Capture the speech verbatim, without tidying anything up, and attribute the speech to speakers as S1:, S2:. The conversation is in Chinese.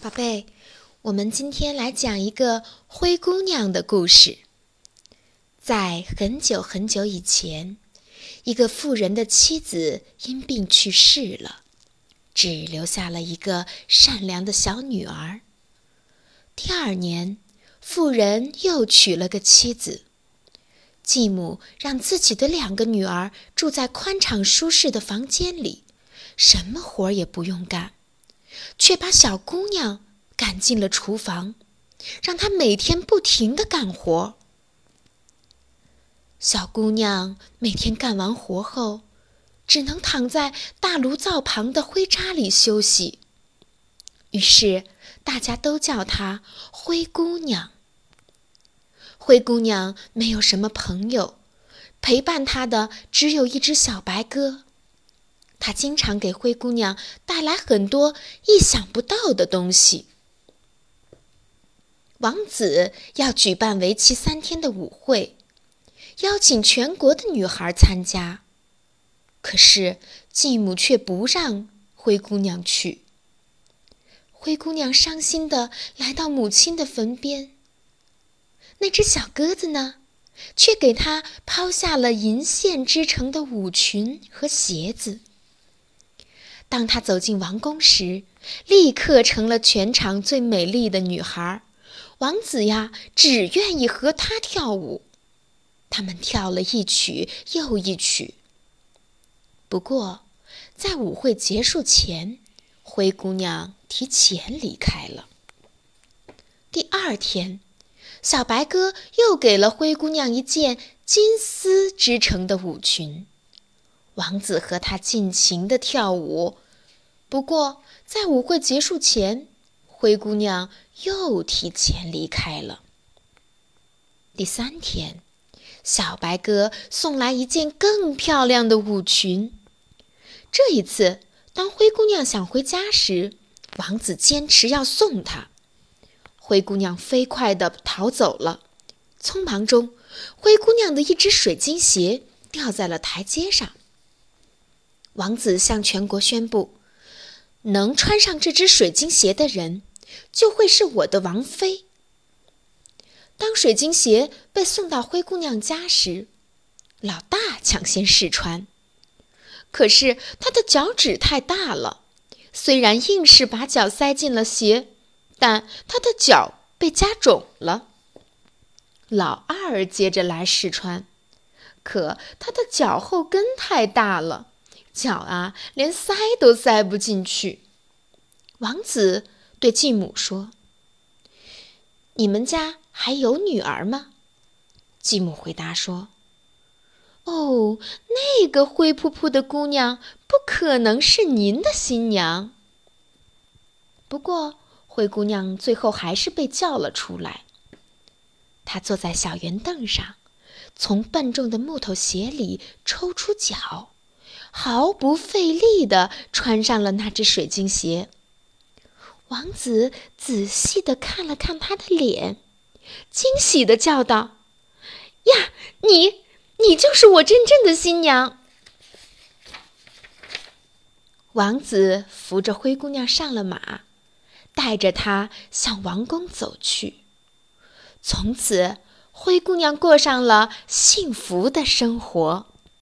S1: 宝贝，我们今天来讲一个灰姑娘的故事。在很久很久以前，一个富人的妻子因病去世了，只留下了一个善良的小女儿。第二年，富人又娶了个妻子。继母让自己的两个女儿住在宽敞舒适的房间里，什么活也不用干，却把小姑娘赶进了厨房，让她每天不停地干活。小姑娘每天干完活后，只能躺在大炉灶旁的灰渣里休息。于是大家都叫她灰姑娘。灰姑娘没有什么朋友，陪伴她的只有一只小白鸽。她经常给灰姑娘带来很多意想不到的东西。王子要举办为期三天的舞会，邀请全国的女孩参加。可是继母却不让灰姑娘去。灰姑娘伤心地来到母亲的坟边。那只小鸽子呢，却给她抛下了银线织成的舞裙和鞋子。当她走进王宫时，立刻成了全场最美丽的女孩。王子呀，只愿意和她跳舞。他们跳了一曲又一曲。不过，在舞会结束前，灰姑娘提前离开了。第二天，小白鸽又给了灰姑娘一件金丝织成的舞裙。王子和她尽情地跳舞。不过，在舞会结束前，灰姑娘又提前离开了。第三天，小白鸽送来一件更漂亮的舞裙。这一次，当灰姑娘想回家时，王子坚持要送她。灰姑娘飞快地逃走了。匆忙中，灰姑娘的一只水晶鞋掉在了台阶上。王子向全国宣布，能穿上这只水晶鞋的人，就会是我的王妃。当水晶鞋被送到灰姑娘家时，老大抢先试穿。可是他的脚趾太大了，虽然硬是把脚塞进了鞋，但他的脚被夹肿了。老二接着来试穿，可他的脚后跟太大了，脚啊连塞都塞不进去。王子对继母说：“你们家还有女儿吗？”继母回答说：“哦，那个灰扑扑的姑娘不可能是您的新娘。”不过，灰姑娘最后还是被叫了出来。她坐在小圆凳上，从笨重的木头鞋里抽出脚，毫不费力地穿上了那只水晶鞋。王子仔细地看了看她的脸，惊喜地叫道：“呀，你，你就是我真正的新娘！”王子扶着灰姑娘上了马，带着她向王宫走去。从此，灰姑娘过上了幸福的生活。